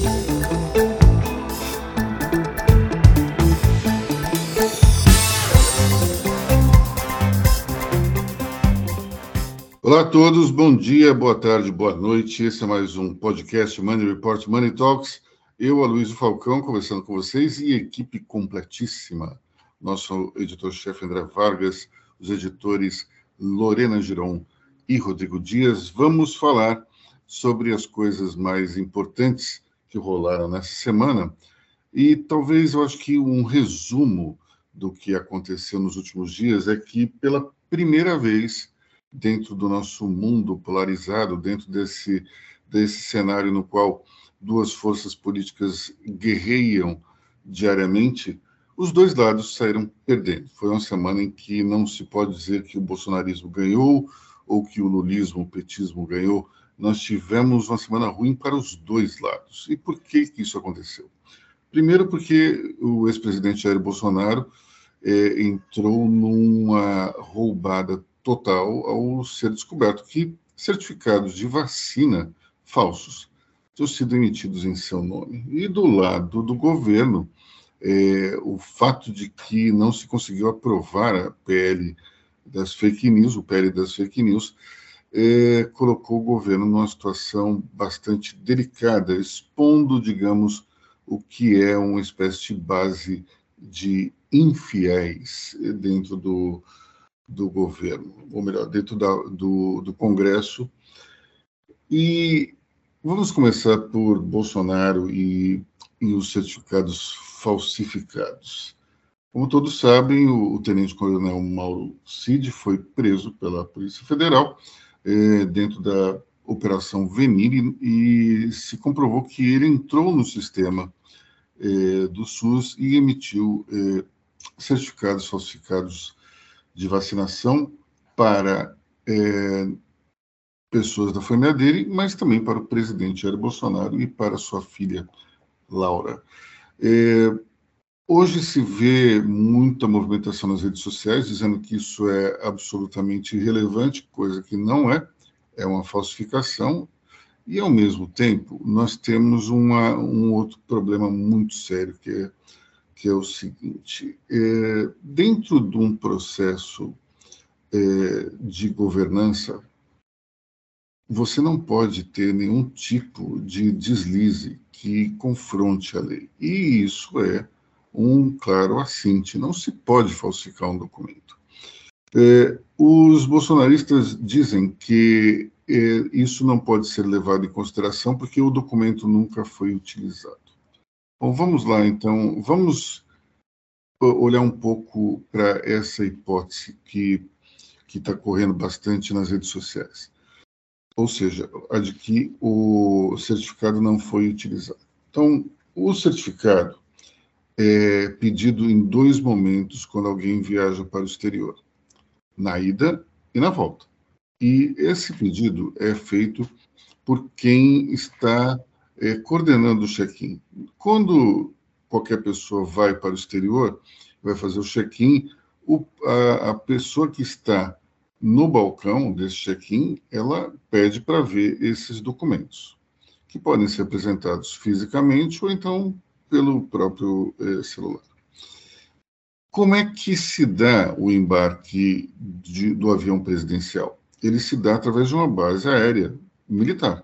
Olá a todos, bom dia, boa tarde, boa noite. Esse é mais um podcast Money Report Money Talks. Eu, Aloysio Falcão, conversando com vocês e equipe completíssima. Nosso editor-chefe André Vargas, os editores Lorena Giron e Rodrigo Dias. Vamos falar sobre as coisas mais importantes que rolaram nessa semana. E talvez eu acho que um resumo do que aconteceu nos últimos dias é que, pela primeira vez, dentro do nosso mundo polarizado, dentro desse cenário no qual duas forças políticas guerreiam diariamente, os dois lados saíram perdendo. Foi uma semana em que não se pode dizer que o bolsonarismo ganhou ou que o lulismo, o petismo ganhou. Nós tivemos uma semana ruim para os dois lados. E por que isso aconteceu? Primeiro porque o ex-presidente Jair Bolsonaro entrou numa roubada total ao ser descoberto que certificados de vacina falsos tinham sido emitidos em seu nome. E do lado do governo, o fato de que não se conseguiu aprovar a PL das fake news, o PL das fake news, colocou o governo numa situação bastante delicada, expondo, digamos, o que é uma espécie de base de infiéis dentro do governo, ou melhor, dentro do Congresso. E vamos começar por Bolsonaro e os certificados falsificados. Como todos sabem, o tenente-coronel Mauro Cid foi preso pela Polícia Federal dentro da Operação Venire e se comprovou que ele entrou no sistema do SUS e emitiu certificados falsificados de vacinação para pessoas da família dele, mas também para o presidente Jair Bolsonaro e para sua filha Laura. Hoje se vê muita movimentação nas redes sociais dizendo que isso é absolutamente irrelevante, coisa que não é uma falsificação. E, ao mesmo tempo, nós temos um outro problema muito sério, que é o seguinte: dentro de um processo de governança, você não pode ter nenhum tipo de deslize que confronte a lei. E isso é um claro assinte. Não se pode falsificar um documento. Os bolsonaristas dizem que isso não pode ser levado em consideração porque o documento nunca foi utilizado. Bom, vamos lá, então. Vamos olhar um pouco para essa hipótese que está correndo bastante nas redes sociais. Ou seja, a de que o certificado não foi utilizado. Então, o certificado é pedido em dois momentos quando alguém viaja para o exterior: na ida e na volta. E esse pedido é feito por quem está coordenando o check-in. Quando qualquer pessoa vai para o exterior, vai fazer o check-in, a pessoa que está no balcão desse check-in, ela pede para ver esses documentos, que podem ser apresentados fisicamente ou então pelo próprio celular. Como é que se dá o embarque do avião presidencial? Ele se dá através de uma base aérea militar.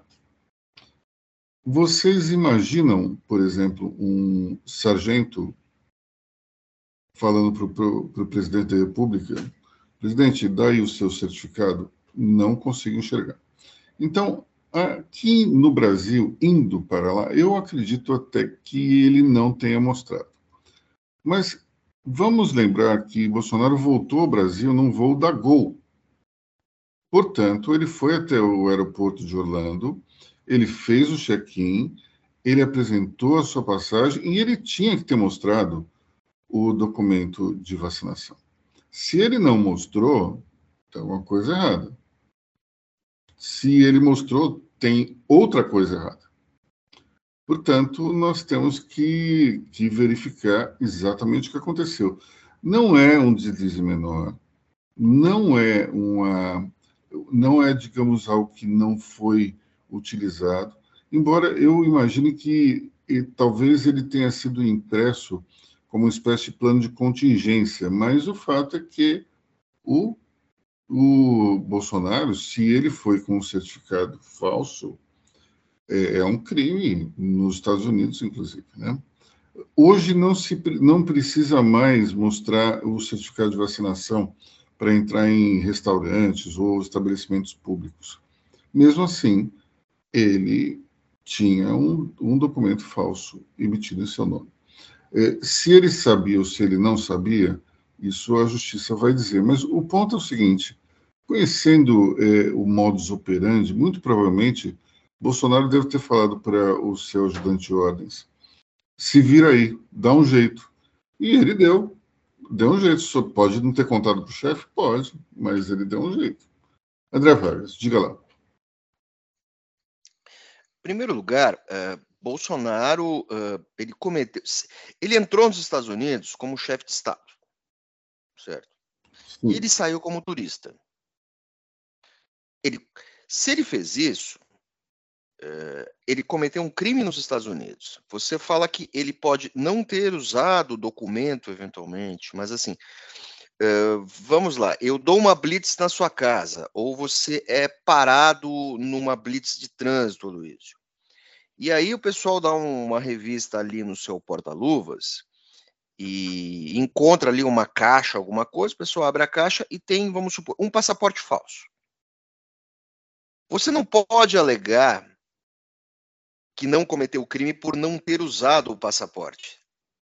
Vocês imaginam, por exemplo, um sargento falando para o presidente da República: presidente, dá aí o seu certificado? Não consigo enxergar. Então, aqui no Brasil, indo para lá, eu acredito até que ele não tenha mostrado. Mas vamos lembrar que Bolsonaro voltou ao Brasil num voo da Gol. Portanto, ele foi até o aeroporto de Orlando, ele fez o check-in, ele apresentou a sua passagem e ele tinha que ter mostrado o documento de vacinação. Se ele não mostrou, tem alguma coisa errada. Se ele mostrou, tem outra coisa errada. Portanto, nós temos que verificar exatamente o que aconteceu. Não é um deslize menor, não é, digamos, algo que não foi utilizado. embora eu imagine que talvez ele tenha sido impresso como uma espécie de plano de contingência, mas o fato é que o, o Bolsonaro, se ele foi com um certificado falso, é um crime nos Estados Unidos, inclusive, né? Hoje não precisa mais mostrar o certificado de vacinação para entrar em restaurantes ou estabelecimentos públicos. Mesmo assim, ele tinha um documento falso emitido em seu nome. Se ele sabia ou se ele não sabia, isso a justiça vai dizer. Mas o ponto é o seguinte: conhecendo o modus operandi, muito provavelmente Bolsonaro deve ter falado para o seu ajudante de ordens: se vira aí, dá um jeito. E ele deu um jeito. Só pode não ter contado para o chefe? Pode, mas ele deu um jeito. André Vargas, diga lá. Em primeiro lugar, Bolsonaro, ele entrou nos Estados Unidos como chefe de Estado, certo? Sim. E ele saiu como turista. Se ele fez isso, ele cometeu um crime nos Estados Unidos. Você fala que ele pode não ter usado o documento, eventualmente, mas assim, vamos lá, eu dou uma blitz na sua casa, ou você é parado numa blitz de trânsito, Luiz. E aí o pessoal dá uma revista ali no seu porta-luvas e encontra ali uma caixa, alguma coisa, o pessoal abre a caixa e tem, vamos supor, um passaporte falso. Você não pode alegar que não cometeu o crime por não ter usado o passaporte.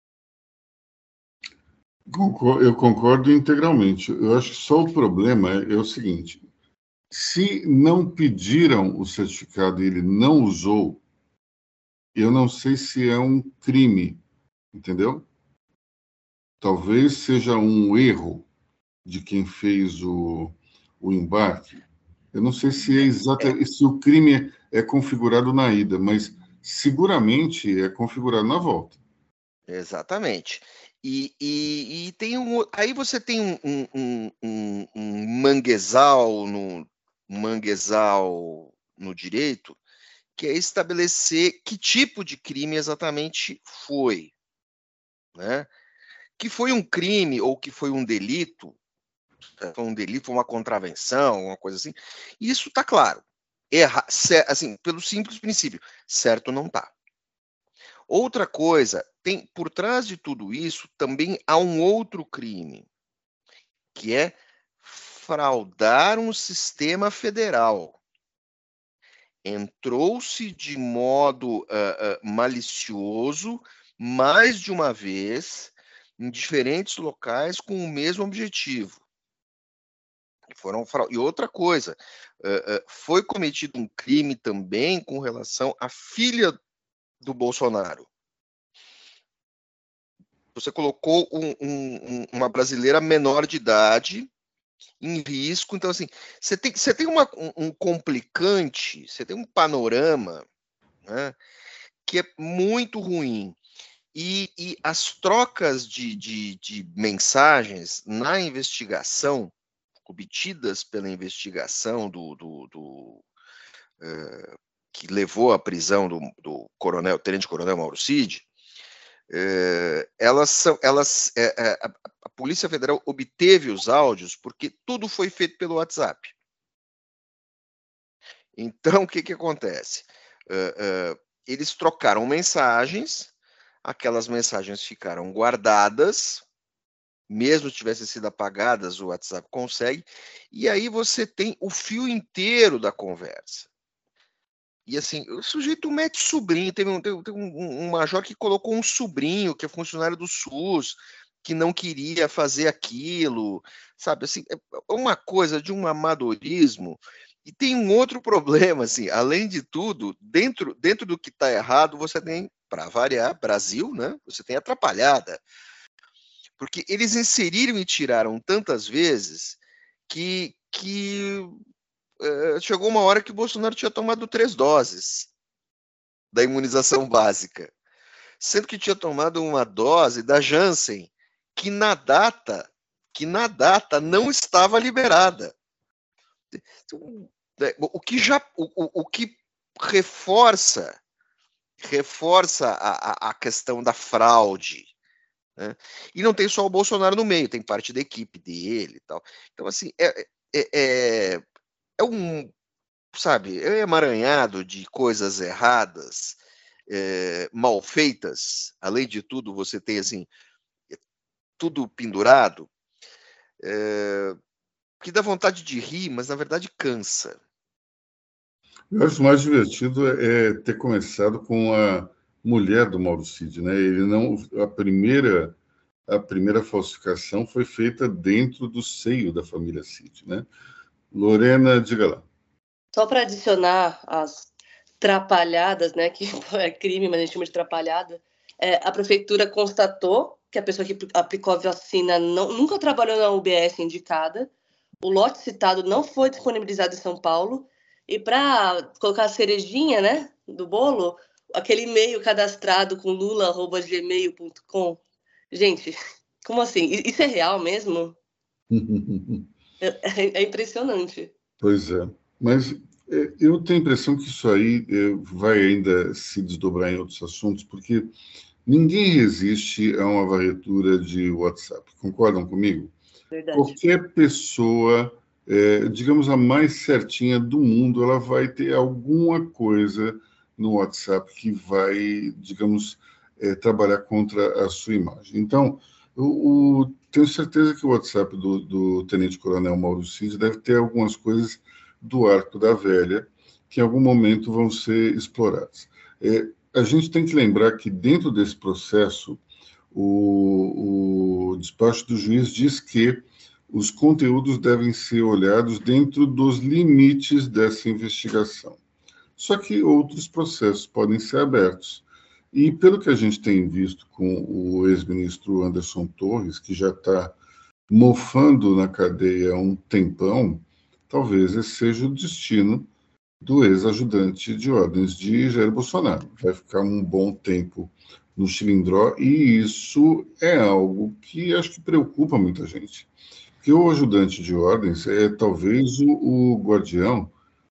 Eu concordo integralmente. Eu acho que só o problema é o seguinte: se não pediram o certificado e ele não usou, eu não sei se é um crime, entendeu? Talvez seja um erro de quem fez o embarque. Eu não sei se se o crime é configurado na ida, mas seguramente é configurado na volta. Exatamente. E tem aí você tem um manguezal no direito, que é estabelecer que tipo de crime exatamente foi, né? Que foi um crime ou que foi um delito, foi uma contravenção, uma coisa assim. Isso está claro. Assim, pelo simples princípio, certo não está. Outra coisa, tem por trás de tudo isso também há um outro crime, que é fraudar um sistema federal. Entrou-se de modo malicioso mais de uma vez em diferentes locais com o mesmo objetivo. E outra coisa, foi cometido um crime também com relação à filha do Bolsonaro. Você colocou uma brasileira menor de idade em risco. Então, assim, você tem um complicante, você tem um panorama, né, que é muito ruim. E as trocas de mensagens na investigação, obtidas pela investigação que levou à prisão do tenente-coronel Mauro Cid, a Polícia Federal obteve os áudios porque tudo foi feito pelo WhatsApp. Então, o que acontece? Eles trocaram mensagens, aquelas mensagens ficaram guardadas, mesmo se tivessem sido apagadas, o WhatsApp consegue, e aí você tem o fio inteiro da conversa. E assim, o sujeito mete sobrinho, tem um major que colocou um sobrinho, que é funcionário do SUS, que não queria fazer aquilo, sabe? Assim, é uma coisa de um amadorismo. E tem um outro problema, assim, além de tudo, dentro do que está errado, você tem, para variar, Brasil, né? Você tem atrapalhada. Porque eles inseriram e tiraram tantas vezes que chegou uma hora que o Bolsonaro tinha tomado 3 doses da imunização básica, sendo que tinha tomado uma dose da Janssen, que na data não estava liberada. Então, o que reforça reforça a questão da fraude, né? E não tem só o Bolsonaro no meio, tem parte da equipe dele e tal. Então, assim, é um, sabe, é um emaranhado de coisas erradas, mal feitas. Além de tudo, você tem, assim, tudo pendurado, que dá vontade de rir, mas na verdade cansa. Eu acho mais divertido ter começado com a mulher do Mauro Cid, né? Ele não, a primeira falsificação foi feita dentro do seio da família Cid, né? Lorena, diga lá. Só para adicionar as trapalhadas, né, que é crime, mas a gente chama de trapalhada, a prefeitura constatou que a pessoa que aplicou a vacina nunca trabalhou na UBS indicada, o lote citado não foi disponibilizado em São Paulo, e para colocar a cerejinha, né, do bolo, aquele e-mail cadastrado com lula@gmail.com. Gente, como assim? Isso é real mesmo? É impressionante. Pois é, mas eu tenho a impressão que isso aí vai ainda se desdobrar em outros assuntos, porque ninguém resiste a uma varredura de WhatsApp. Concordam comigo? Verdade. Qualquer pessoa, digamos a mais certinha do mundo, ela vai ter alguma coisa no WhatsApp que vai, digamos, trabalhar contra a sua imagem. Então, tenho certeza que o WhatsApp do Tenente Coronel Mauro Cid deve ter algumas coisas do arco da velha que em algum momento vão ser exploradas. A gente tem que lembrar que dentro desse processo, o despacho do juiz diz que os conteúdos devem ser olhados dentro dos limites dessa investigação. Só que outros processos podem ser abertos. E pelo que a gente tem visto com o ex-ministro Anderson Torres, que já está mofando na cadeia há um tempão, talvez esse seja o destino do ex-ajudante de ordens de Jair Bolsonaro. Vai ficar um bom tempo no Chilindró, e isso é algo que acho que preocupa muita gente. Porque o ajudante de ordens é talvez o guardião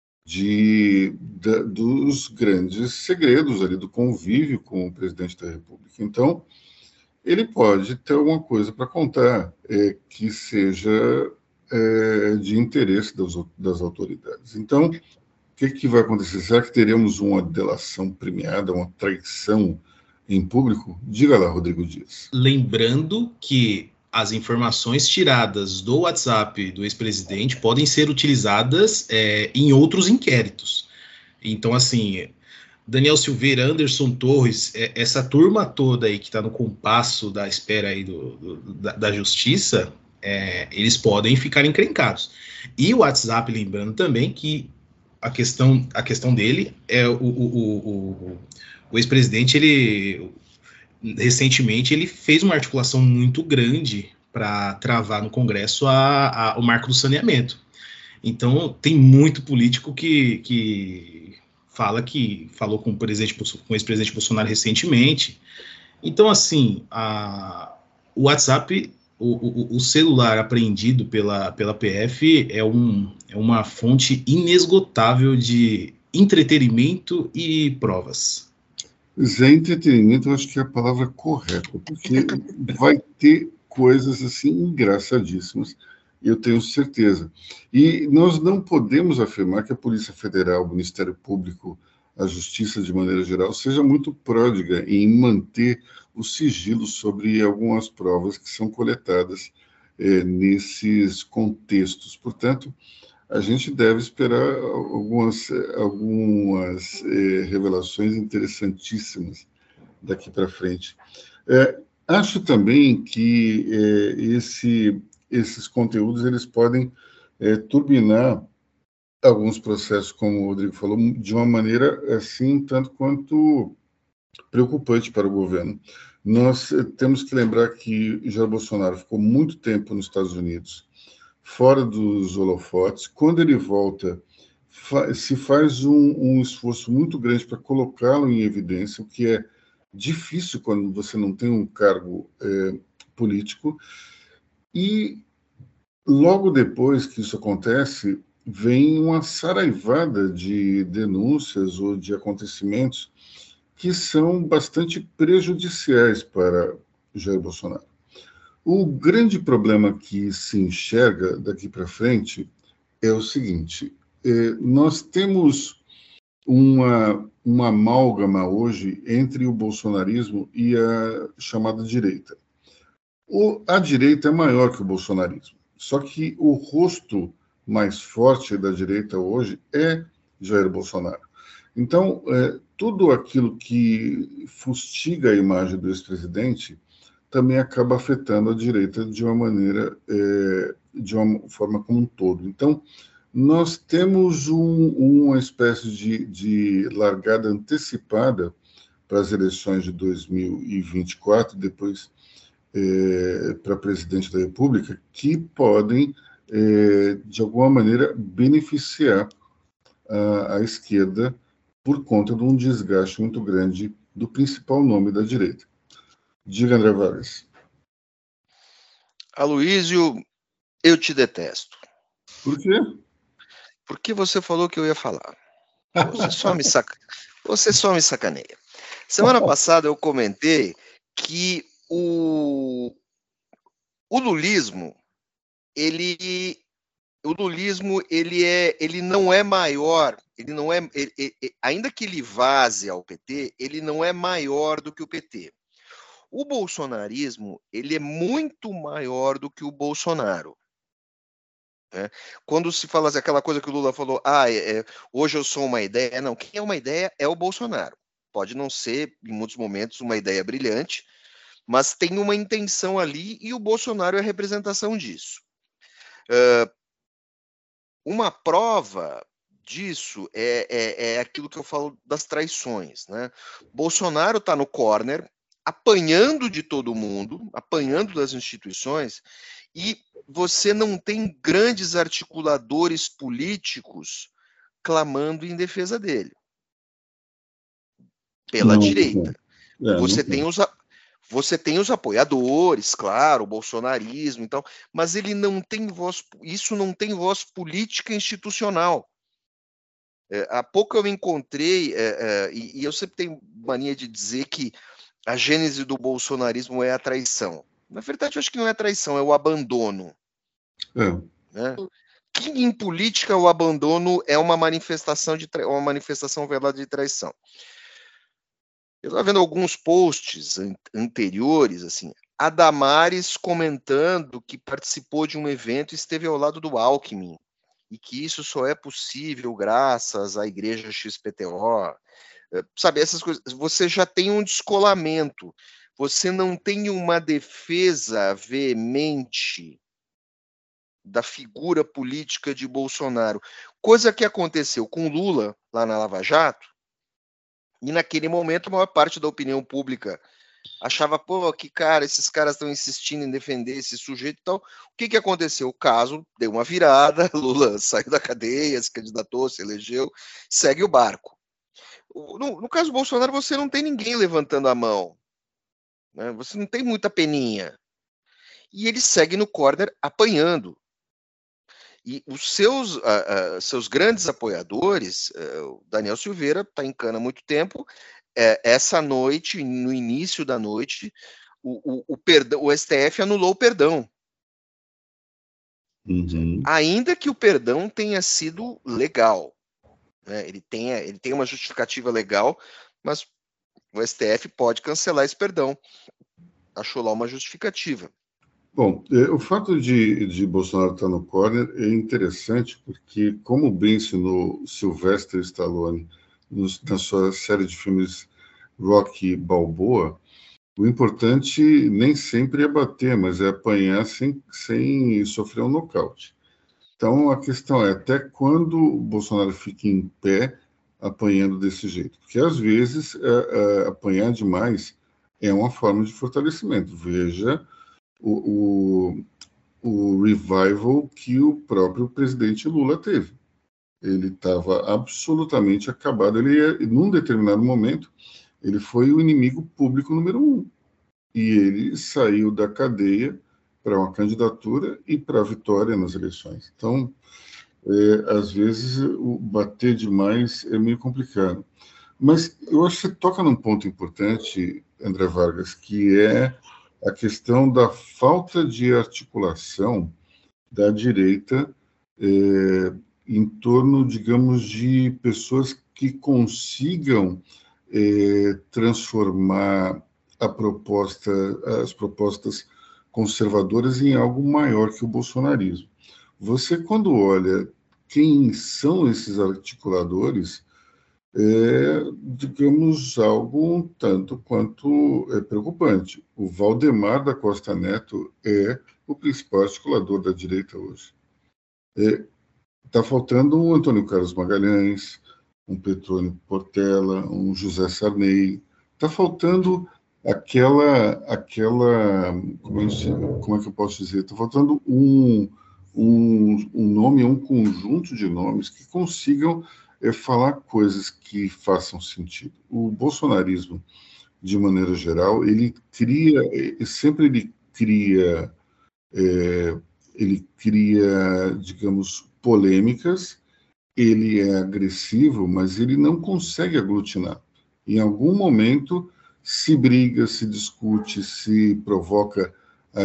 dos grandes segredos ali do convívio com o presidente da República. Então, ele pode ter alguma coisa para contar que seja de interesse das autoridades. Então, o que vai acontecer? Será que teremos uma delação premiada, uma traição em público? Diga lá, Rodrigo Dias. Lembrando que as informações tiradas do WhatsApp do ex-presidente podem ser utilizadas em outros inquéritos. Então, assim, Daniel Silveira, Anderson Torres, essa turma toda aí que está no compasso da espera aí da justiça, eles podem ficar encrencados. E o WhatsApp, lembrando também que a questão dele é o ex-presidente, recentemente ele fez uma articulação muito grande para travar no Congresso o marco do saneamento. Então, tem muito político que falou com o ex-presidente Bolsonaro recentemente. Então, assim, o WhatsApp, o celular apreendido pela PF é uma fonte inesgotável de entretenimento e provas. Zé, entretenimento, eu acho que é a palavra correta, porque vai ter coisas assim engraçadíssimas, eu tenho certeza. E nós não podemos afirmar que a Polícia Federal, o Ministério Público, a Justiça de maneira geral, seja muito pródiga em manter o sigilo sobre algumas provas que são coletadas nesses contextos. Portanto, a gente deve esperar algumas revelações interessantíssimas daqui para frente. Acho também que esses conteúdos eles podem turbinar alguns processos, como o Rodrigo falou, de uma maneira assim, tanto quanto preocupante para o governo. Nós temos que lembrar que Jair Bolsonaro ficou muito tempo nos Estados Unidos, fora dos holofotes. Quando ele volta, se faz um esforço muito grande para colocá-lo em evidência, o que é difícil quando você não tem um cargo político. E logo depois que isso acontece, vem uma saraivada de denúncias ou de acontecimentos que são bastante prejudiciais para Jair Bolsonaro. O grande problema que se enxerga daqui para frente é o seguinte: nós temos uma amálgama hoje entre o bolsonarismo e a chamada direita. A direita é maior que o bolsonarismo, só que o rosto mais forte da direita hoje é Jair Bolsonaro. Então, tudo aquilo que fustiga a imagem do ex-presidente também acaba afetando a direita de uma maneira, de uma forma como um todo. Então, nós temos uma espécie de largada antecipada para as eleições de 2024, depois para presidente da República, que podem, de alguma maneira, beneficiar a esquerda por conta de um desgaste muito grande do principal nome da direita. Diga, André Vargas. Aloysio, eu te detesto. Por quê? Porque você falou que eu ia falar. Você só me sacaneia. Semana passada eu comentei que o lulismo, ele não é maior, ainda que ele vaze ao PT, ele não é maior do que o PT. O bolsonarismo, ele é muito maior do que o Bolsonaro. Né? Quando se fala assim, aquela coisa que o Lula falou, hoje eu sou uma ideia, não, quem é uma ideia é o Bolsonaro. Pode não ser, em muitos momentos, uma ideia brilhante, mas tem uma intenção ali e o Bolsonaro é a representação disso. Uma prova disso é aquilo que eu falo das traições. Né? Bolsonaro está no corner, apanhando de todo mundo, apanhando das instituições, e você não tem grandes articuladores políticos clamando em defesa dele. Pela direita. Você tem os apoiadores, claro, o bolsonarismo, então, mas ele não tem voz, isso não tem voz política institucional. Há pouco eu encontrei, e eu sempre tenho mania de dizer que a gênese do bolsonarismo é a traição. Na verdade, eu acho que não é a traição, é o abandono. Né? Que em política o abandono é uma manifestação velada de traição. Eu estava vendo alguns posts anteriores, assim, a Damares comentando que participou de um evento e esteve ao lado do Alckmin, e que isso só é possível graças à igreja XPTO. Sabe, essas coisas, você já tem um descolamento, você não tem uma defesa veemente da figura política de Bolsonaro, coisa que aconteceu com Lula lá na Lava Jato, e naquele momento a maior parte da opinião pública achava, que cara, esses caras estão insistindo em defender esse sujeito e tal. O que aconteceu? O caso deu uma virada, Lula saiu da cadeia, se candidatou, se elegeu, segue o barco. No caso do Bolsonaro, você não tem ninguém levantando a mão. Né? Você não tem muita peninha. E ele segue no corner apanhando. E os seus grandes apoiadores, o Daniel Silveira está em cana há muito tempo, essa noite, no início da noite, o STF anulou o perdão. Uhum. Ainda que o perdão tenha sido legal. Né? Ele tem uma justificativa legal, mas o STF pode cancelar esse perdão. Achou lá uma justificativa. Bom, o fato de Bolsonaro estar no corner é interessante porque, como bem ensinou Sylvester Stallone na sua série de filmes Rocky Balboa, o importante nem sempre é bater, mas é apanhar sem sofrer um nocaute. Então, a questão é até quando o Bolsonaro fica em pé apanhando desse jeito. Porque, às vezes, apanhar demais é uma forma de fortalecimento. Veja o revival que o próprio presidente Lula teve. Ele estava absolutamente acabado. Num determinado momento, ele foi o inimigo público número 1. E ele saiu da cadeia para uma candidatura e para a vitória nas eleições. Então, às vezes, o bater demais é meio complicado. Mas eu acho que você toca num ponto importante, André Vargas, que é a questão da falta de articulação da direita em torno, digamos, de pessoas que consigam transformar as propostas conservadoras em algo maior que o bolsonarismo. Você, quando olha quem são esses articuladores, digamos, algo um tanto quanto preocupante. O Valdemar da Costa Neto é o principal articulador da direita hoje. Está faltando um Antônio Carlos Magalhães, um Petrônio Portela, um José Sarney. Está faltando aquela como é que eu posso dizer? Está faltando um nome, um conjunto de nomes que consigam falar coisas que façam sentido. O bolsonarismo, de maneira geral, ele cria, digamos, polêmicas, ele é agressivo, mas ele não consegue aglutinar. Em algum momento se briga, se discute, se provoca a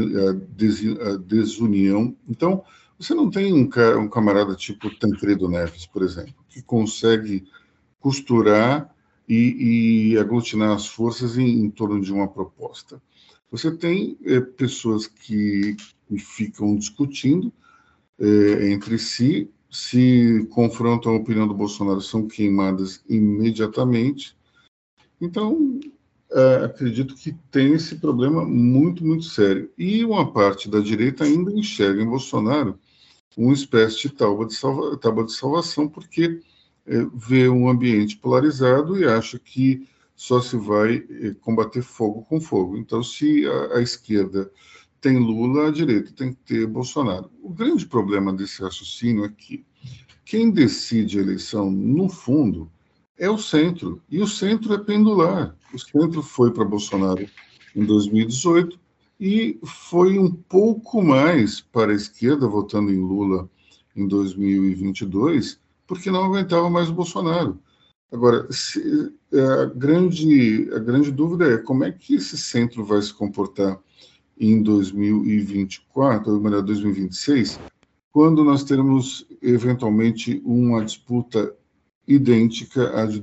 desunião. Então, você não tem um camarada tipo Tancredo Neves, por exemplo, que consegue costurar e aglutinar as forças em torno de uma proposta. Você tem pessoas que ficam discutindo entre si, se confrontam a opinião do Bolsonaro, são queimadas imediatamente. Então, acredito que tem esse problema muito, muito sério. E uma parte da direita ainda enxerga em Bolsonaro uma espécie de tábua de salvação, porque vê um ambiente polarizado e acha que só se vai combater fogo com fogo. Então, se a esquerda tem Lula, a direita tem que ter Bolsonaro. O grande problema desse raciocínio é que quem decide a eleição, no fundo, é o centro. E o centro é pendular. O centro foi para Bolsonaro em 2018 e foi um pouco mais para a esquerda, votando em Lula em 2022, porque não aguentava mais o Bolsonaro. Agora, a grande dúvida é como é que esse centro vai se comportar em 2024, ou melhor, 2026, quando nós teremos, eventualmente, uma disputa idêntica à de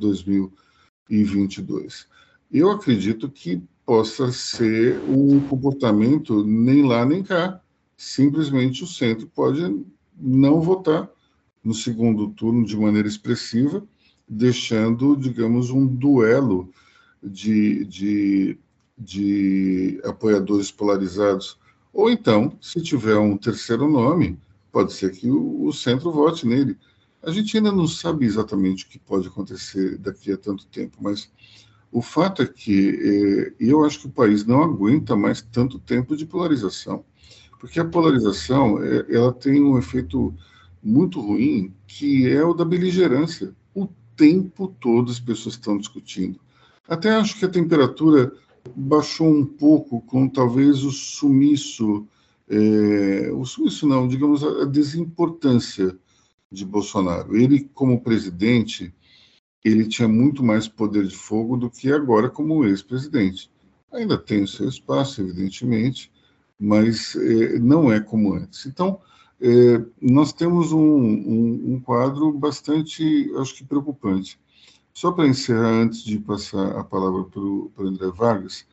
2022. Eu acredito que possa ser um comportamento nem lá nem cá. Simplesmente o centro pode não votar no segundo turno de maneira expressiva, deixando, digamos, um duelo de apoiadores polarizados. Ou então, se tiver um terceiro nome, pode ser que o centro vote nele. A gente ainda não sabe exatamente o que pode acontecer daqui a tanto tempo, mas o fato é que eu acho que o país não aguenta mais tanto tempo de polarização, porque a polarização ela tem um efeito muito ruim, que é o da beligerância. O tempo todo as pessoas estão discutindo. Até acho que a temperatura baixou um pouco com talvez o sumiço não, digamos, a desimportância de Bolsonaro. Ele, como presidente, ele tinha muito mais poder de fogo do que agora como ex-presidente. Ainda tem o seu espaço, evidentemente, mas não é como antes. Então, nós temos um quadro bastante, acho que, preocupante. Só para encerrar, antes de passar a palavra para o André Vargas,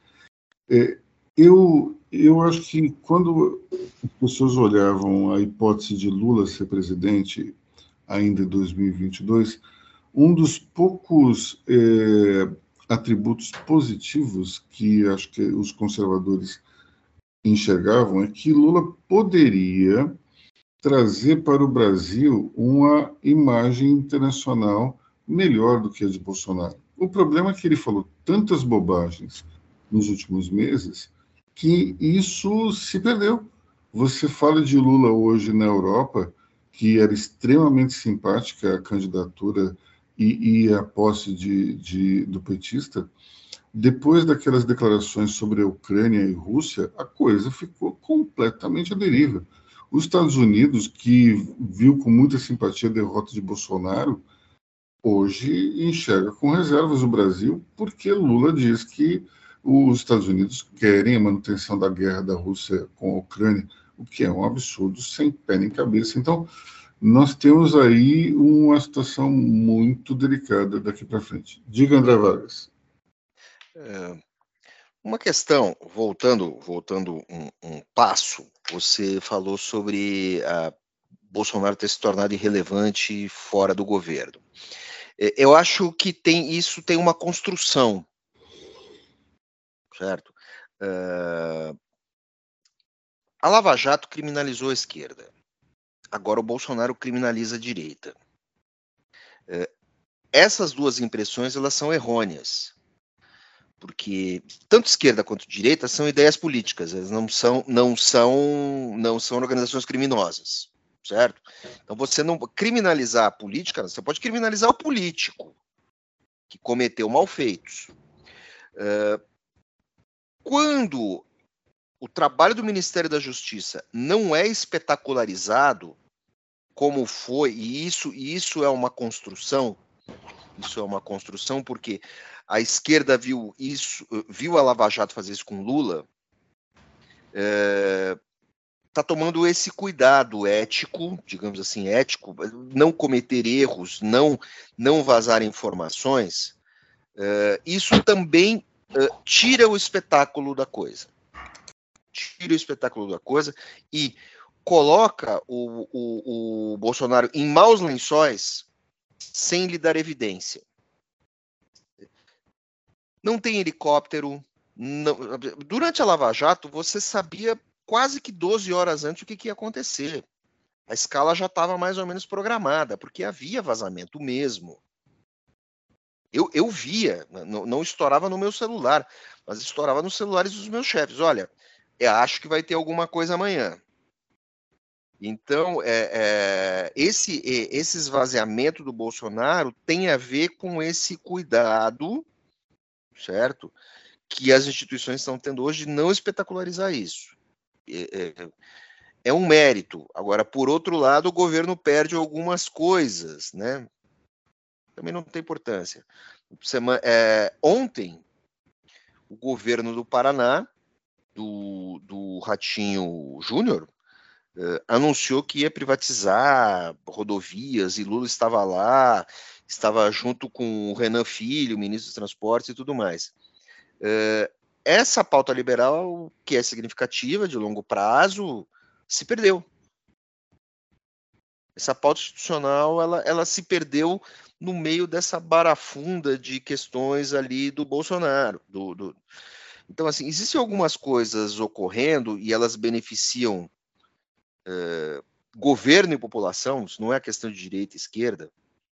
eu acho que quando as pessoas olhavam a hipótese de Lula ser presidente ainda em 2022, um dos poucos atributos positivos que acho que os conservadores enxergavam é que Lula poderia trazer para o Brasil uma imagem internacional melhor do que a de Bolsonaro. O problema é que ele falou tantas bobagens nos últimos meses que isso se perdeu. Você fala de Lula hoje na Europa, que era extremamente simpática a candidatura e a posse do petista. Depois daquelas declarações sobre a Ucrânia e Rússia, a coisa ficou completamente à deriva. Os Estados Unidos, que viu com muita simpatia a derrota de Bolsonaro, hoje enxerga com reservas o Brasil, porque Lula diz que os Estados Unidos querem a manutenção da guerra da Rússia com a Ucrânia, o que é um absurdo sem pé nem cabeça. Então, nós temos aí uma situação muito delicada daqui para frente. Diga, André Vargas. Uma questão, voltando um passo, você falou sobre Bolsonaro ter se tornado irrelevante fora do governo. Eu acho que isso tem uma construção, certo? A Lava Jato criminalizou a esquerda. Agora o Bolsonaro criminaliza a direita. Essas duas impressões, elas são errôneas. Porque tanto esquerda quanto direita são ideias políticas, elas não são organizações criminosas, certo? Então você não criminalizar a política, você pode criminalizar o político que cometeu malfeitos. Quando o trabalho do Ministério da Justiça não é espetacularizado, como foi, e isso é uma construção, porque a esquerda viu a Lava Jato fazer isso com Lula, está tomando esse cuidado ético, digamos assim, não cometer erros, não vazar informações. Isso também tira o espetáculo da coisa. E coloca o Bolsonaro em maus lençóis sem lhe dar evidência. Não tem helicóptero. Não. Durante a Lava Jato, você sabia quase que 12 horas antes o que ia acontecer. A escala já estava mais ou menos programada, porque havia vazamento mesmo. Eu via, não estourava no meu celular, mas estourava nos celulares dos meus chefes. Olha, eu acho que vai ter alguma coisa amanhã. Então, esse esvaziamento do Bolsonaro tem a ver com esse cuidado, certo? Que as instituições estão tendo hoje de não espetacularizar isso. É um mérito. Agora, por outro lado, o governo perde algumas coisas, né? Também não tem importância. Ontem, o governo do Paraná, do Ratinho Júnior, anunciou que ia privatizar rodovias, e Lula estava lá, estava junto com o Renan Filho, ministro dos Transportes e tudo mais. Essa pauta liberal, que é significativa, de longo prazo, se perdeu. Essa pauta institucional, ela se perdeu no meio dessa barafunda de questões ali do Bolsonaro. Então, assim, existem algumas coisas ocorrendo e elas beneficiam governo e população, isso não é questão de direita e esquerda,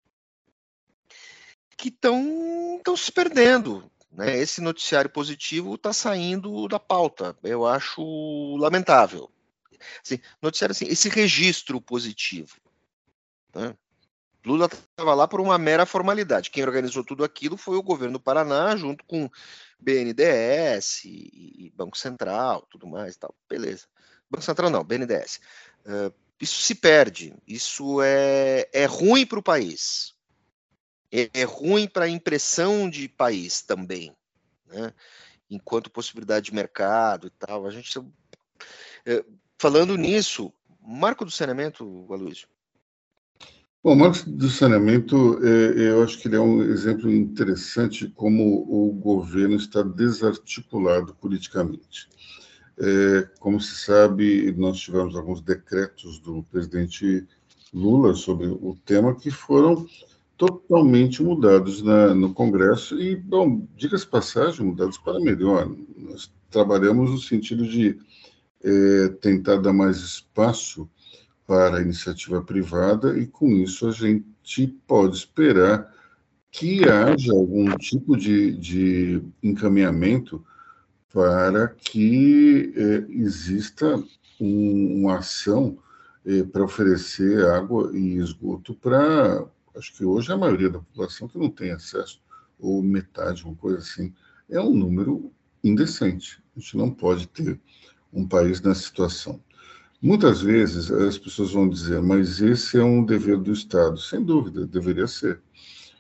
que estão se perdendo. Né? Esse noticiário positivo está saindo da pauta. Eu acho lamentável. Assim, noticiário assim, esse registro positivo. Né? Lula estava lá por uma mera formalidade. Quem organizou tudo aquilo foi o governo do Paraná, junto com BNDES e Banco Central, tudo mais, tal. Beleza. Banco Central não, BNDES. Isso se perde. Isso é ruim para o país. É ruim para a impressão de país também, né? Enquanto possibilidade de mercado e tal. A gente falando nisso, marco do saneamento, Aloysio. Bom, o marco do saneamento, eu acho que ele é um exemplo interessante como o governo está desarticulado politicamente. Como se sabe, nós tivemos alguns decretos do presidente Lula sobre o tema que foram totalmente mudados no Congresso e, bom, diga-se passagem, mudados para melhor. Nós trabalhamos no sentido de tentar dar mais espaço para a iniciativa privada e, com isso, a gente pode esperar que haja algum tipo de encaminhamento para que exista uma ação para oferecer água e esgoto para, acho que hoje a maioria da população que não tem acesso, ou metade, uma coisa assim, é um número indecente. A gente não pode ter um país nessa situação. Muitas vezes as pessoas vão dizer, mas esse é um dever do Estado. Sem dúvida, deveria ser.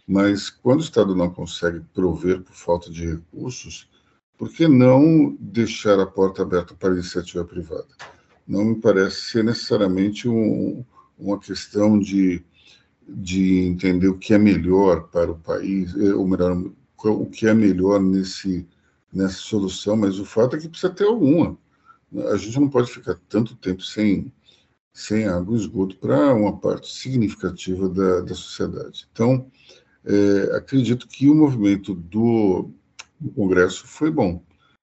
Mas quando o Estado não consegue prover por falta de recursos, por que não deixar a porta aberta para a iniciativa privada? Não me parece ser necessariamente uma questão de entender o que é melhor para o país, ou melhor, o que é melhor nessa solução, mas o fato é que precisa ter alguma. A gente não pode ficar tanto tempo sem água e esgoto para uma parte significativa da sociedade. Então, acredito que o movimento do Congresso foi bom.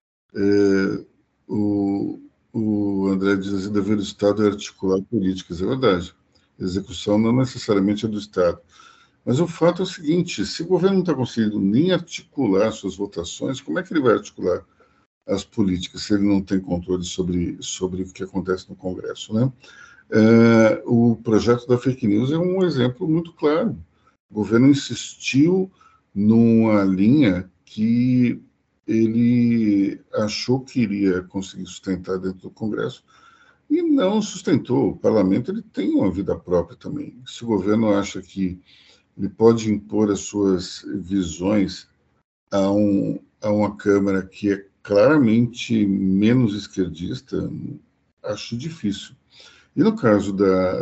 O André diz assim, dever do Estado é articular políticas, é verdade. A execução não necessariamente é do Estado. Mas o fato é o seguinte, se o governo não está conseguindo nem articular suas votações, como é que ele vai articular as políticas se ele não tem controle sobre o que acontece no Congresso, né? O projeto da fake news é um exemplo muito claro. O governo insistiu numa linha que ele achou que iria conseguir sustentar dentro do Congresso e não sustentou. O parlamento ele tem uma vida própria também. Se o governo acha que ele pode impor as suas visões a uma Câmara que é claramente menos esquerdista, acho difícil. E no caso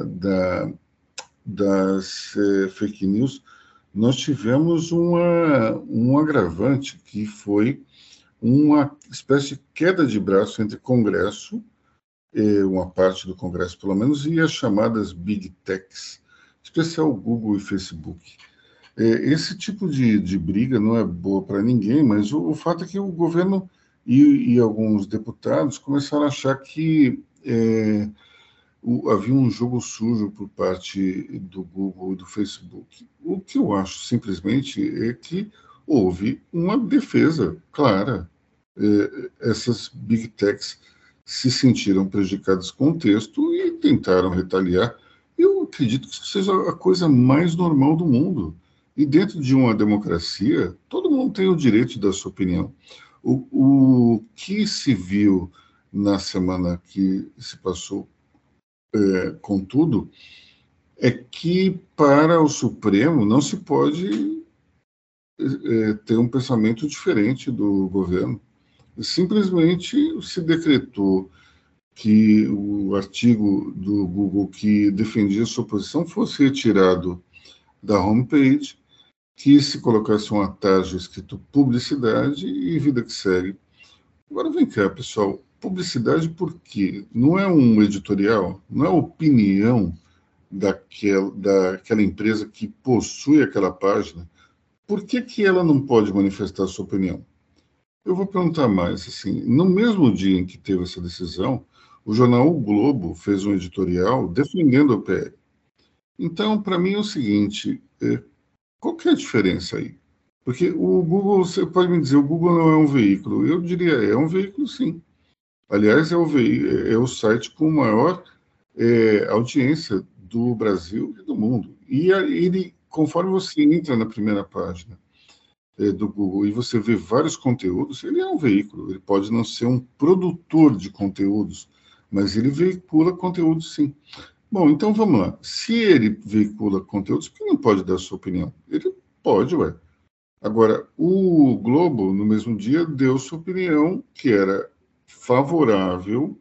das fake news, nós tivemos um agravante que foi uma espécie de queda de braço entre Congresso, uma parte do Congresso pelo menos, e as chamadas Big Techs, especial Google e Facebook. Esse tipo de briga não é boa para ninguém, mas o fato é que o governo e alguns deputados começaram a achar que havia um jogo sujo por parte do Google e do Facebook. O que eu acho simplesmente é que houve uma defesa clara. Essas Big Techs se sentiram prejudicadas com o texto e tentaram retaliar. Eu acredito que isso seja a coisa mais normal do mundo. E dentro de uma democracia, todo mundo tem o direito de dar sua opinião. O que se viu na semana que se passou, contudo, é que para o Supremo não se pode ter um pensamento diferente do governo. Simplesmente se decretou que o artigo do Google que defendia sua posição fosse retirado da homepage, que se colocasse um atalho escrito publicidade e vida que segue. Agora vem cá, pessoal, publicidade por quê? Não é um editorial? Não é opinião daquela empresa que possui aquela página? Por que ela não pode manifestar sua opinião? Eu vou perguntar mais, assim, no mesmo dia em que teve essa decisão, o jornal O Globo fez um editorial defendendo o PL. Então, para mim é o seguinte, qual que é a diferença aí? Porque o Google, você pode me dizer, o Google não é um veículo. Eu diria, é um veículo sim. Aliás, é o site com maior audiência do Brasil e do mundo. E ele, conforme você entra na primeira página do Google e você vê vários conteúdos, ele é um veículo. Ele pode não ser um produtor de conteúdos, mas ele veicula conteúdos sim. Bom, então vamos lá. Se ele veicula conteúdos, por que não pode dar a sua opinião? Ele pode, ué. Agora, o Globo, no mesmo dia, deu sua opinião, que era favorável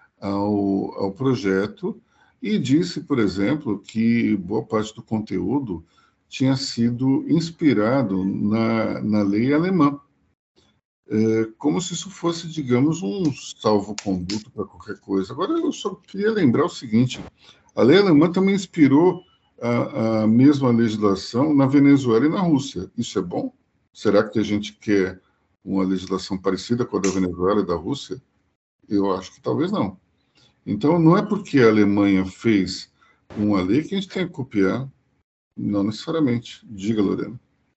ao projeto, e disse, por exemplo, que boa parte do conteúdo tinha sido inspirado na lei alemã. Como se isso fosse, digamos, um salvo-conduto para qualquer coisa. Agora, eu só queria lembrar o seguinte, a lei alemã também inspirou a mesma legislação na Venezuela e na Rússia. Isso é bom? Será que a gente quer uma legislação parecida com a da Venezuela e da Rússia? Eu acho que talvez não. Então, não é porque a Alemanha fez uma lei que a gente tem que copiar, não necessariamente. Diga, Lorena.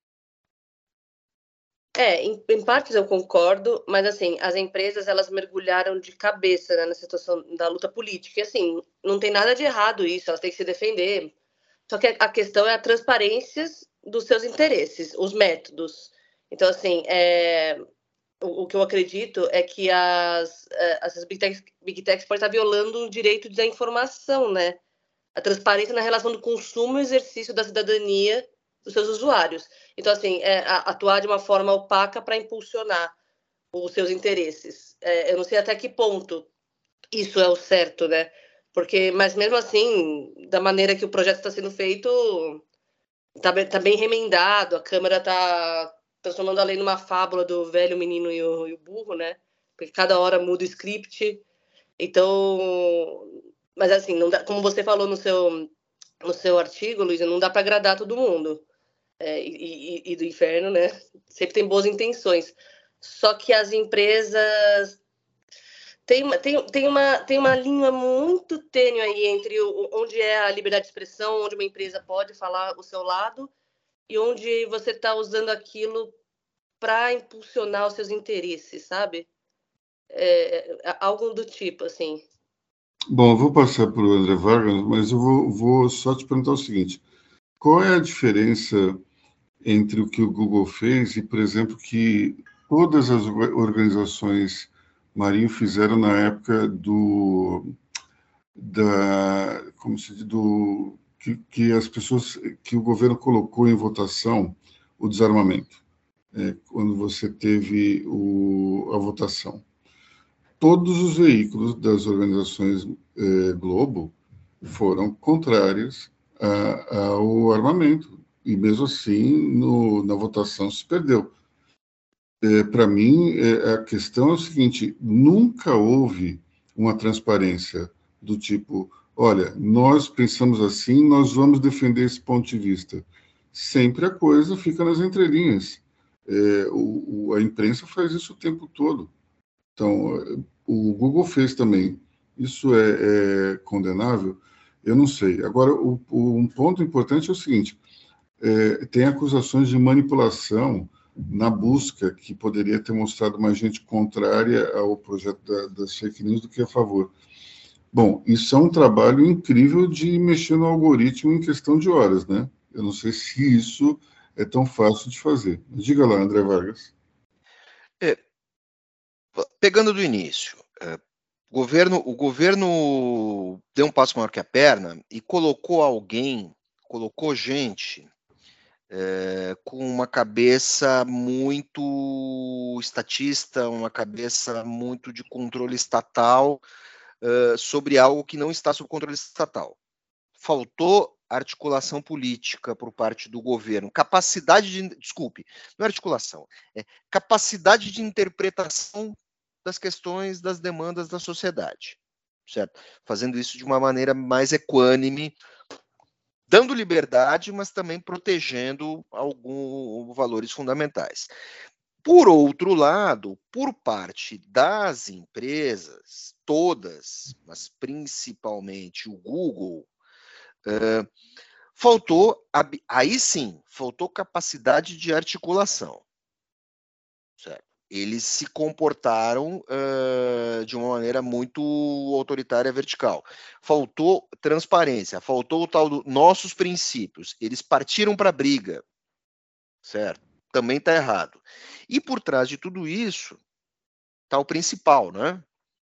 Em partes eu concordo, mas assim, as empresas elas mergulharam de cabeça, né, na situação da luta política. E assim, não tem nada de errado isso, elas têm que se defender. Só que a questão é a transparência dos seus interesses, os métodos. Então, assim, o que eu acredito é que essas Big Techs podem estar violando o direito da informação, né? A transparência na relação do consumo e exercício da cidadania dos seus usuários. Então, assim, atuar de uma forma opaca para impulsionar os seus interesses. Eu não sei até que ponto isso é o certo, né? Mas mesmo assim, da maneira que o projeto está sendo feito, tá bem remendado, a Câmara está transformando a lei numa fábula do velho, menino e o burro, né? Porque cada hora muda o script. Então, mas assim, não dá, como você falou no seu artigo, Luísa, não dá para agradar todo mundo. E do inferno, né? Sempre tem boas intenções. Só que as empresas tem uma linha muito tênue aí entre onde é a liberdade de expressão, onde uma empresa pode falar o seu lado e onde você está usando aquilo para impulsionar os seus interesses, sabe? Algo do tipo, assim. Bom, eu vou passar para o André Vargas, mas eu vou só te perguntar o seguinte: qual é a diferença entre o que o Google fez e, por exemplo, que todas as organizações Marinho fizeram na época que as pessoas, que o governo colocou em votação o desarmamento, quando você teve a votação. Todos os veículos das organizações Globo foram contrários ao armamento, e mesmo assim, na votação se perdeu. Para mim, a questão é o seguinte: nunca houve uma transparência do tipo, olha, nós pensamos assim, nós vamos defender esse ponto de vista. Sempre a coisa fica nas entrelinhas. A imprensa faz isso o tempo todo. Então, o Google fez também. Isso é condenável? Eu não sei. Agora, um ponto importante é o seguinte: tem acusações de manipulação na busca, que poderia ter mostrado mais gente contrária ao projeto das fake news do que a favor. Bom, isso é um trabalho incrível de mexer no algoritmo em questão de horas, né? Eu não sei se isso é tão fácil de fazer. Diga lá, André Vargas. Pegando do início, o governo deu um passo maior que a perna e colocou gente com uma cabeça muito estatista, uma cabeça muito de controle estatal sobre algo que não está sob controle estatal. Faltou articulação política por parte do governo, não é articulação, é capacidade de interpretação das questões, das demandas da sociedade, certo? Fazendo isso de uma maneira mais equânime, dando liberdade, mas também protegendo alguns valores fundamentais. Por outro lado, por parte das empresas, todas, mas principalmente o Google, faltou capacidade de articulação, certo? Eles se comportaram de uma maneira muito autoritária, vertical. Faltou transparência, faltou o tal dos nossos princípios. Eles partiram para a briga, certo? Também está errado. E por trás de tudo isso está o principal, né?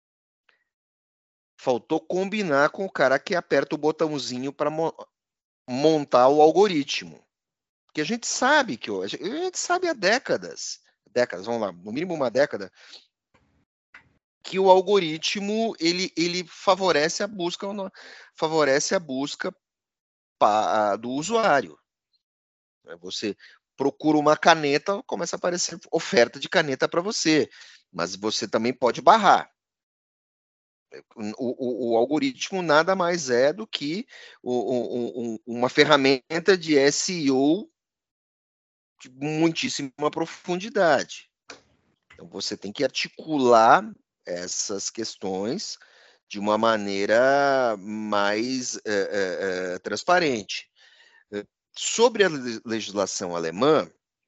Faltou combinar com o cara que aperta o botãozinho para montar o algoritmo. Porque a gente sabe há décadas, vamos lá, no mínimo uma década, que o algoritmo ele favorece a busca do usuário. Você procura uma caneta, começa a aparecer oferta de caneta para você, mas você também pode barrar. O algoritmo nada mais é do que uma ferramenta de SEO de muitíssima profundidade. Então, você tem que articular essas questões de uma maneira mais transparente. Sobre a legislação alemã,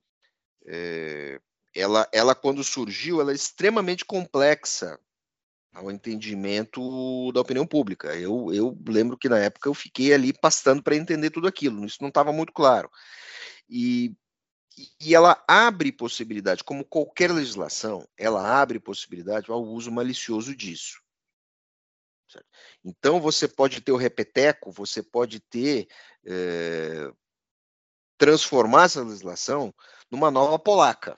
ela quando surgiu, ela é extremamente complexa ao entendimento da opinião pública. Eu lembro que na época eu fiquei ali pastando para entender tudo aquilo, isso não estava muito claro. E ela abre possibilidade, como qualquer legislação, ela abre possibilidade ao uso malicioso disso. Certo? Então, você pode ter o repeteco, você pode ter transformar essa legislação numa nova polaca,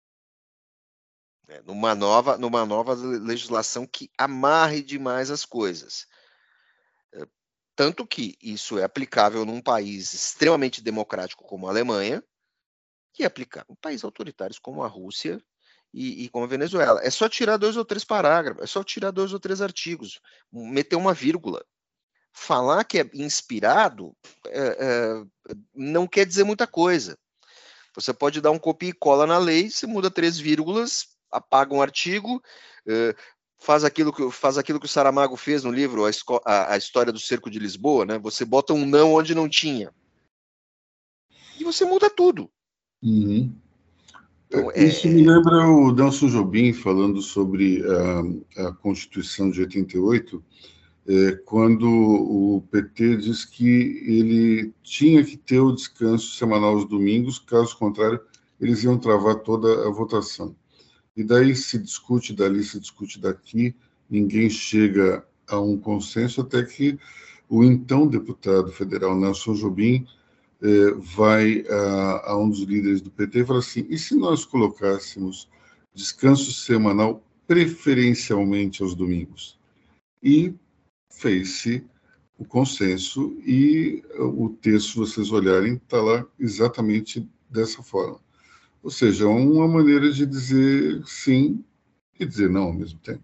né? numa nova legislação que amarre demais as coisas. Tanto que isso é aplicável num país extremamente democrático como a Alemanha, que é aplicável em países autoritários como a Rússia e como a Venezuela. É só tirar 2 ou 3 parágrafos, é só tirar 2 ou 3 artigos, meter uma vírgula. Falar que é inspirado não quer dizer muita coisa. Você pode dar um copia e cola na lei, você muda 3 vírgulas, apaga um artigo, faz aquilo que o Saramago fez no livro a História do Cerco de Lisboa, né? Você bota um não onde não tinha. E você muda tudo. Uhum. Então, isso me lembra o Nelson Jobim falando sobre a Constituição de 88, quando o PT diz que ele tinha que ter o descanso semanal aos domingos, caso contrário, eles iam travar toda a votação. E daí se discute dali, se discute daqui, ninguém chega a um consenso até que o então deputado federal Nelson Jobim vai a um dos líderes do PT e fala assim, e se nós colocássemos descanso semanal preferencialmente aos domingos? E fez-se o consenso e o texto, se vocês olharem, está lá exatamente dessa forma. Ou seja, uma maneira de dizer sim e dizer não ao mesmo tempo.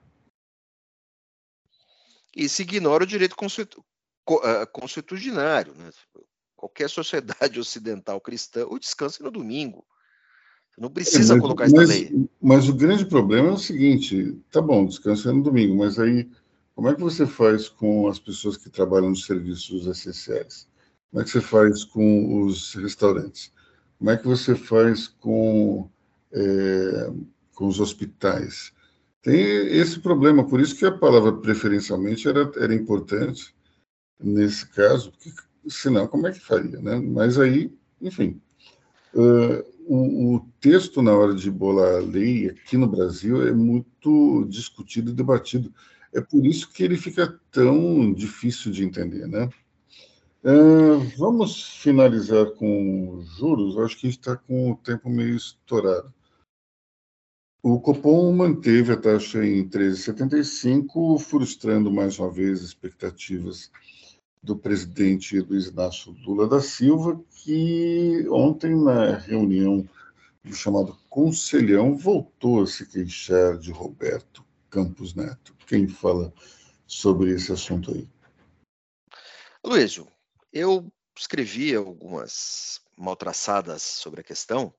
E se ignora o direito consuetudinário, né? Qualquer sociedade ocidental cristã, o descanso é no domingo. Você não precisa colocar isso na lei. Mas o grande problema é o seguinte, tá bom, descanso é no domingo, mas aí como é que você faz com as pessoas que trabalham nos serviços essenciais? Como é que você faz com os restaurantes? Como é que você faz com os hospitais? Tem esse problema, por isso que a palavra preferencialmente era importante nesse caso, porque senão como é que faria, né? Mas aí, enfim, o texto na hora de bolar a lei aqui no Brasil é muito discutido e debatido. É por isso que ele fica tão difícil de entender, né? Vamos finalizar com juros. Acho que a gente está com o tempo meio estourado. O Copom manteve a taxa em 13,75, frustrando mais uma vez expectativas do presidente Luiz Inácio Lula da Silva, que ontem, na reunião do chamado Conselhão, voltou a se queixar de Roberto Campos Neto. Quem fala sobre esse assunto aí? Luísio, eu escrevi algumas mal-traçadas sobre a questão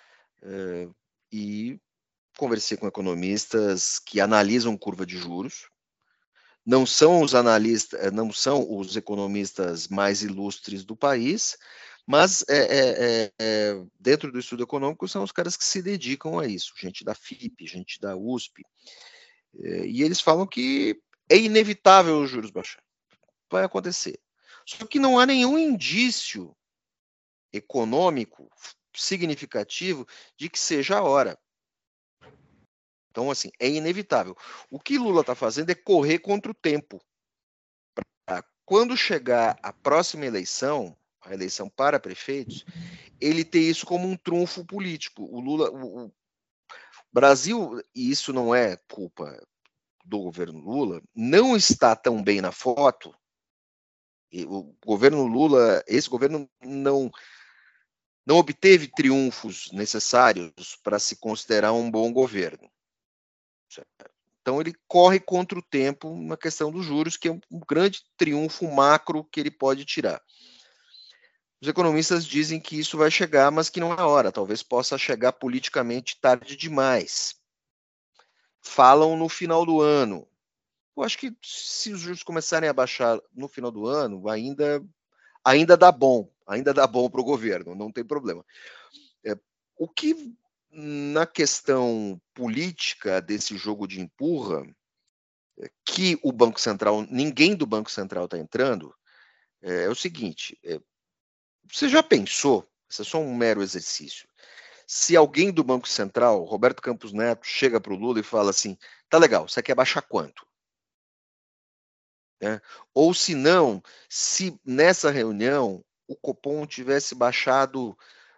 e conversei com economistas que analisam curva de juros. Não são os analistas, não são os economistas mais ilustres do país, mas dentro do estudo econômico são os caras que se dedicam a isso, gente da FIP, gente da USP, e eles falam que é inevitável os juros baixar, vai acontecer. Só que não há nenhum indício econômico significativo de que seja a hora. Então, assim, é inevitável. O que Lula está fazendo é correr contra o tempo. Quando chegar a próxima eleição, a eleição para prefeitos, ele ter isso como um trunfo político. O Brasil, e isso não é culpa do governo Lula, não está tão bem na foto. O governo Lula, esse governo não obteve triunfos necessários para se considerar um bom governo. Então ele corre contra o tempo na questão dos juros, que é um grande triunfo macro que ele pode tirar. Os economistas dizem que isso vai chegar, mas que não é a hora, talvez possa chegar politicamente tarde demais. Falam no final do ano. Eu acho que se os juros começarem a baixar no final do ano, ainda dá bom para o governo, não tem problema. O que na questão política desse jogo de empurra, que o Banco Central, ninguém do Banco Central está entrando, é o seguinte, você já pensou, isso é só um mero exercício, se alguém do Banco Central, Roberto Campos Neto, chega para o Lula e fala assim, tá legal, você quer baixar quanto? Ou se não, se nessa reunião o Copom tivesse baixado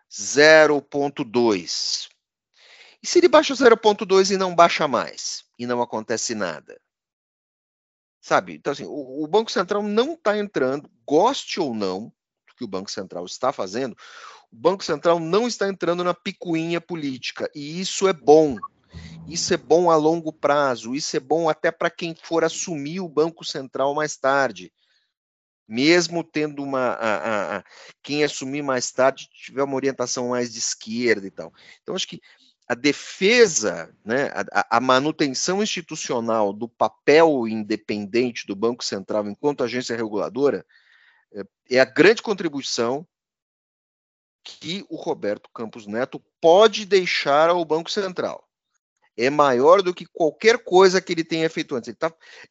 0,2? E se ele baixa 0,2 e não baixa mais? E não acontece nada? Sabe? Então, assim, o Banco Central não está entrando, goste ou não do que o Banco Central está fazendo, o Banco Central não está entrando na picuinha política. E isso é bom. Isso é bom a longo prazo. Isso é bom até para quem for assumir o Banco Central mais tarde. Mesmo tendo quem assumir mais tarde tiver uma orientação mais de esquerda e tal. Então, acho que a defesa, né, a manutenção institucional do papel independente do Banco Central enquanto agência reguladora é a grande contribuição que o Roberto Campos Neto pode deixar ao Banco Central. É maior do que qualquer coisa que ele tenha feito antes. Ele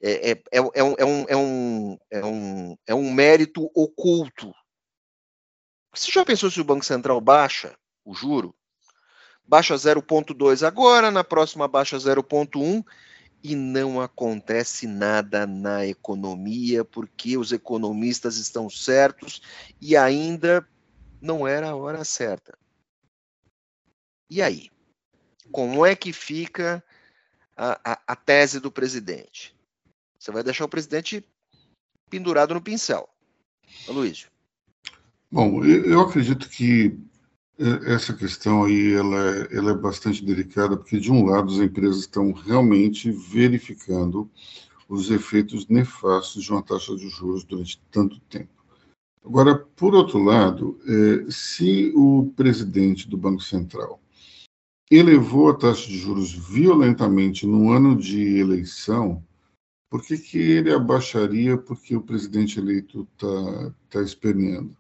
é um mérito oculto. Você já pensou se o Banco Central baixa o juro? Baixa 0,2 agora, na próxima baixa 0,1 e não acontece nada na economia porque os economistas estão certos e ainda não era a hora certa. E aí? Como é que fica a tese do presidente? Você vai deixar o presidente pendurado no pincel. Aloysio. Bom, eu acredito que essa questão aí ela é bastante delicada, porque, de um lado, as empresas estão realmente verificando os efeitos nefastos de uma taxa de juros durante tanto tempo. Agora, por outro lado, se o presidente do Banco Central elevou a taxa de juros violentamente no ano de eleição, por que ele abaixaria porque o presidente eleito está esperneando?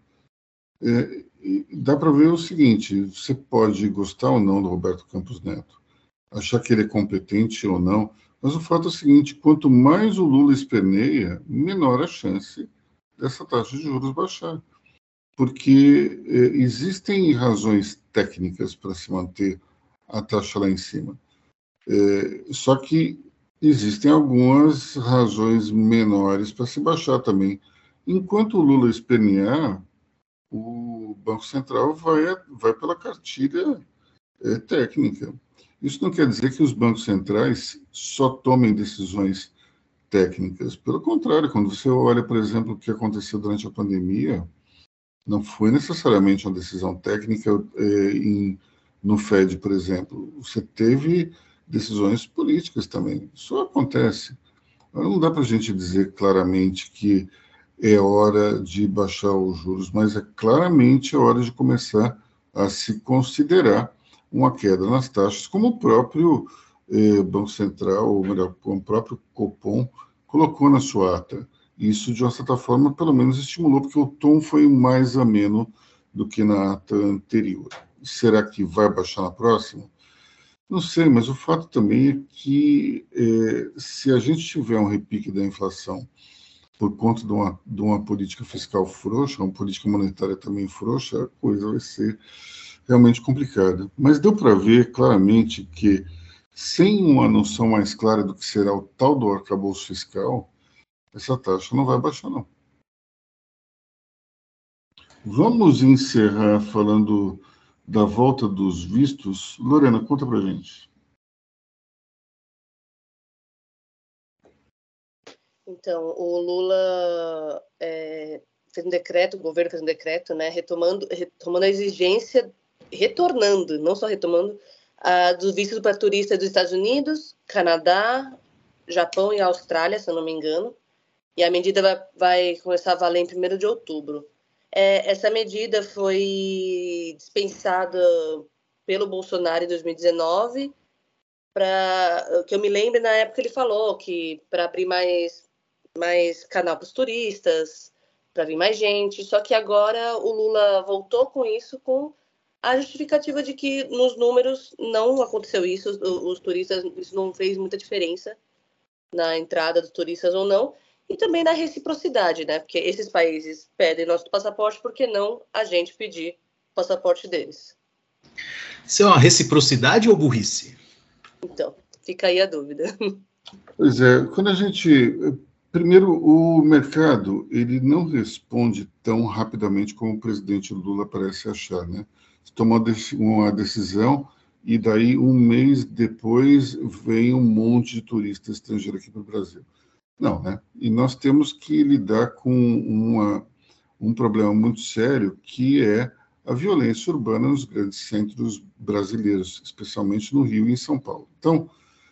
Dá para ver o seguinte: você pode gostar ou não do Roberto Campos Neto, achar que ele é competente ou não, mas o fato é o seguinte: quanto mais o Lula esperneia, menor a chance dessa taxa de juros baixar. Porque existem razões técnicas para se manter a taxa lá em cima. Só que existem algumas razões menores para se baixar também. Enquanto o Lula espernear, o Banco Central vai pela cartilha técnica. Isso não quer dizer que os bancos centrais só tomem decisões técnicas. Pelo contrário, quando você olha, por exemplo, o que aconteceu durante a pandemia, não foi necessariamente uma decisão técnica no Fed, por exemplo. Você teve decisões políticas também. Isso acontece. Não dá para a gente dizer claramente que é hora de baixar os juros, mas é claramente hora de começar a se considerar uma queda nas taxas, como o próprio Banco Central, ou melhor, como o próprio Copom colocou na sua ata. Isso, de uma certa forma, pelo menos estimulou, porque o tom foi mais ameno do que na ata anterior. Será que vai baixar na próxima? Não sei, mas o fato também é que se a gente tiver um repique da inflação por conta de uma política fiscal frouxa, uma política monetária também frouxa, a coisa vai ser realmente complicada. Mas deu para ver claramente que, sem uma noção mais clara do que será o tal do arcabouço fiscal, essa taxa não vai baixar, não. Vamos encerrar falando da volta dos vistos. Lorena, conta pra gente. Então, o Lula fez um decreto, o governo fez um decreto, né, retomando a exigência, retornando, não só retomando, dos vistos para turistas dos Estados Unidos, Canadá, Japão e Austrália, se eu não me engano. E a medida vai começar a valer em 1º de outubro. Essa medida foi dispensada pelo Bolsonaro em 2019, que eu me lembro, na época ele falou que para abrir mais canal para os turistas, para vir mais gente, só que agora o Lula voltou com isso, com a justificativa de que nos números não aconteceu isso, os turistas, isso não fez muita diferença na entrada dos turistas ou não, e também na reciprocidade, né? Porque esses países pedem nosso passaporte, por que não a gente pedir o passaporte deles? Isso é uma reciprocidade ou burrice? Então, fica aí a dúvida. Pois é, quando a gente Primeiro, o mercado ele não responde tão rapidamente como o presidente Lula parece achar, né? Você toma uma decisão e daí um mês depois vem um monte de turista estrangeiro aqui para o Brasil. Não, né? E nós temos que lidar com um problema muito sério, que é a violência urbana nos grandes centros brasileiros, especialmente no Rio e em São Paulo. Então,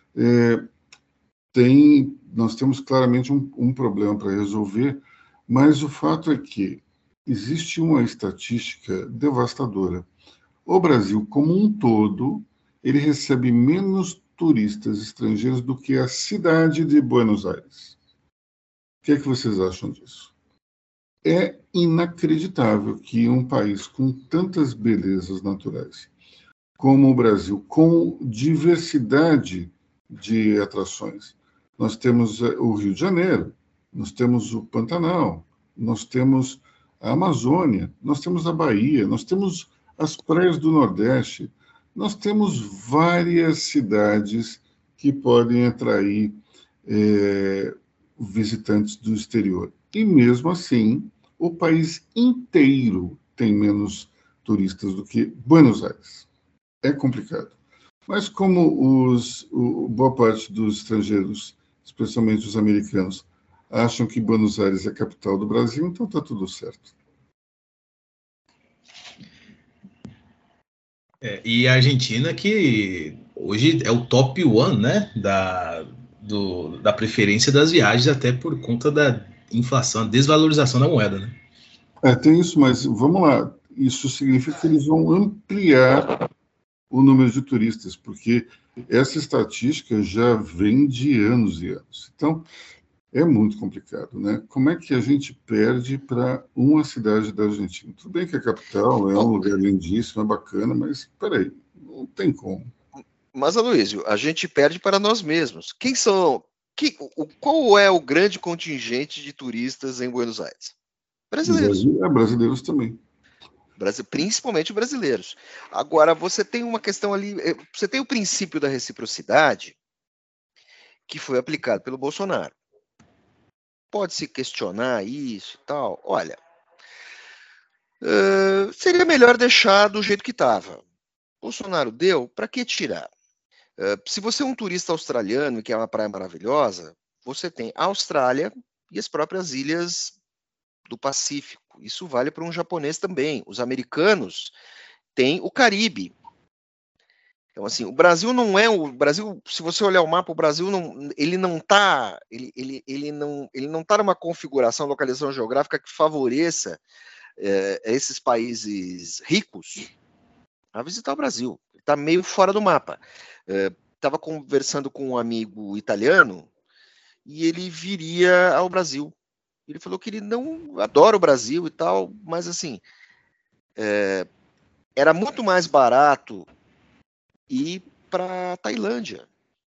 nós temos claramente um problema para resolver, mas o fato é que existe uma estatística devastadora. O Brasil, como um todo, ele recebe menos turistas estrangeiros do que a cidade de Buenos Aires. O que é que vocês acham disso? É inacreditável que um país com tantas belezas naturais, como o Brasil, com diversidade de atrações, nós temos o Rio de Janeiro, nós temos o Pantanal, nós temos a Amazônia, nós temos a Bahia, nós temos as praias do Nordeste, nós temos várias cidades que podem atrair visitantes do exterior. E mesmo assim, o país inteiro tem menos turistas do que Buenos Aires. É complicado. Mas como boa parte dos estrangeiros, especialmente os americanos, acham que Buenos Aires é a capital do Brasil, então está tudo certo. E a Argentina, que hoje é o top one, né, da preferência das viagens, até por conta da inflação, a desvalorização da moeda, né? Tem isso, mas vamos lá. Isso significa que eles vão ampliar o número de turistas, porque essa estatística já vem de anos e anos. Então, é muito complicado, né? Como é que a gente perde para uma cidade da Argentina? Tudo bem que a capital é um lugar lindíssimo, é bacana, mas, peraí, não tem como. Mas, Aloysio, a gente perde para nós mesmos. Qual é o grande contingente de turistas em Buenos Aires? Brasileiros. Brasileiros também. Principalmente brasileiros. Agora, você tem uma questão ali, você tem o princípio da reciprocidade que foi aplicado pelo Bolsonaro. Pode-se questionar isso e tal. Olha, seria melhor deixar do jeito que estava. Bolsonaro deu, para que tirar? Se você é um turista australiano e quer uma praia maravilhosa, você tem a Austrália e as próprias ilhas do Pacífico. Isso vale para um japonês também. Os americanos têm o Caribe. Então, assim, o Brasil não é o Brasil. Se você olhar o mapa, o Brasil ele não está numa configuração, localização geográfica que favoreça esses países ricos a visitar o Brasil. Ele está meio fora do mapa. Estava conversando com um amigo italiano e ele viria ao Brasil. Ele falou que ele não adora o Brasil e tal, mas assim, era muito mais barato ir para Tailândia.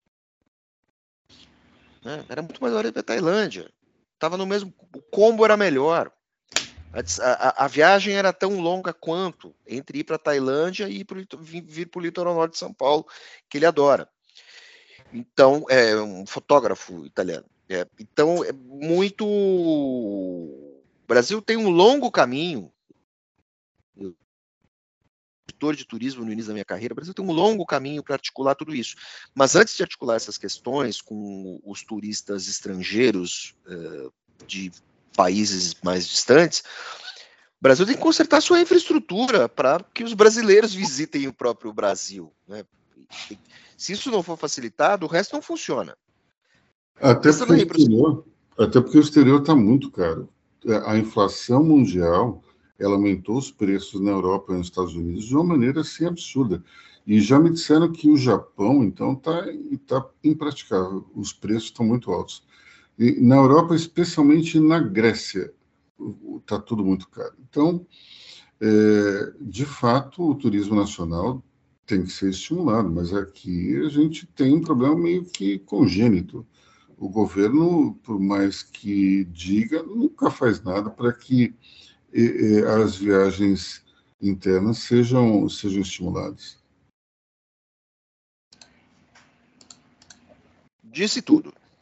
Né? Era muito mais barato ir para Tailândia. Tava no mesmo, o combo era melhor. A viagem era tão longa quanto entre ir para Tailândia e vir para o litoral norte de São Paulo, que ele adora. Então, é um fotógrafo italiano. Então, é muito. O Brasil tem um longo caminho. Eu, editor de turismo no início da minha carreira, o Brasil tem um longo caminho para articular tudo isso. Mas antes de articular essas questões com os turistas estrangeiros de países mais distantes, o Brasil tem que consertar sua infraestrutura para que os brasileiros visitem o próprio Brasil. Né? Se isso não for facilitado, o resto não funciona. Até porque o exterior está muito caro. A inflação mundial, ela aumentou os preços na Europa e nos Estados Unidos de uma maneira assim absurda. E já me disseram que o Japão, então, está impraticável. Os preços estão muito altos. E na Europa, especialmente na Grécia, está tudo muito caro. Então, de fato, o turismo nacional tem que ser estimulado, mas aqui a gente tem um problema meio que congênito. O governo, por mais que diga, nunca faz nada para que as viagens internas sejam estimuladas. Disse tudo.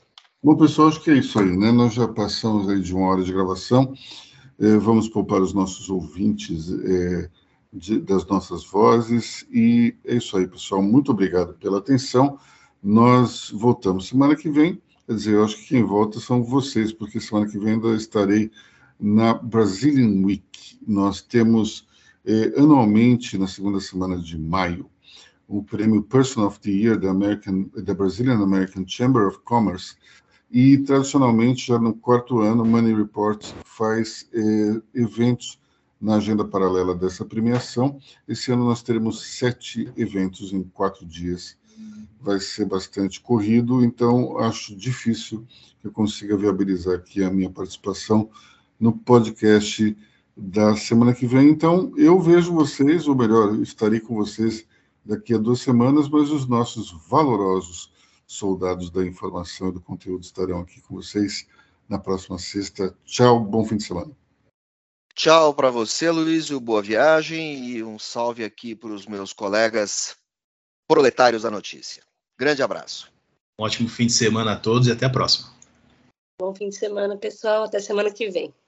Bom, pessoal, acho que é isso aí, né? Nós já passamos aí de 1 hora de gravação. Vamos poupar os nossos ouvintes das nossas vozes. E é isso aí, pessoal. Muito obrigado pela atenção. Nós voltamos semana que vem. Quer dizer, eu acho que quem volta são vocês, porque semana que vem ainda estarei na Brazilian Week. Nós temos anualmente, na segunda semana de maio, o prêmio Person of the Year da Brazilian American Chamber of Commerce. E, tradicionalmente, já no 4º ano, Money Report faz eventos na agenda paralela dessa premiação. Esse ano nós teremos 7 eventos em 4 dias. Vai ser bastante corrido, então acho difícil que eu consiga viabilizar aqui a minha participação no podcast da semana que vem. Então, eu vejo vocês, ou melhor, estarei com vocês daqui a 2 semanas, mas os nossos valorosos soldados da informação e do conteúdo estarão aqui com vocês na próxima sexta. Tchau, bom fim de semana. Tchau para você, Luiz, boa viagem e um salve aqui para os meus colegas proletários da notícia. Grande abraço. Um ótimo fim de semana a todos e até a próxima. Bom fim de semana, pessoal. Até semana que vem.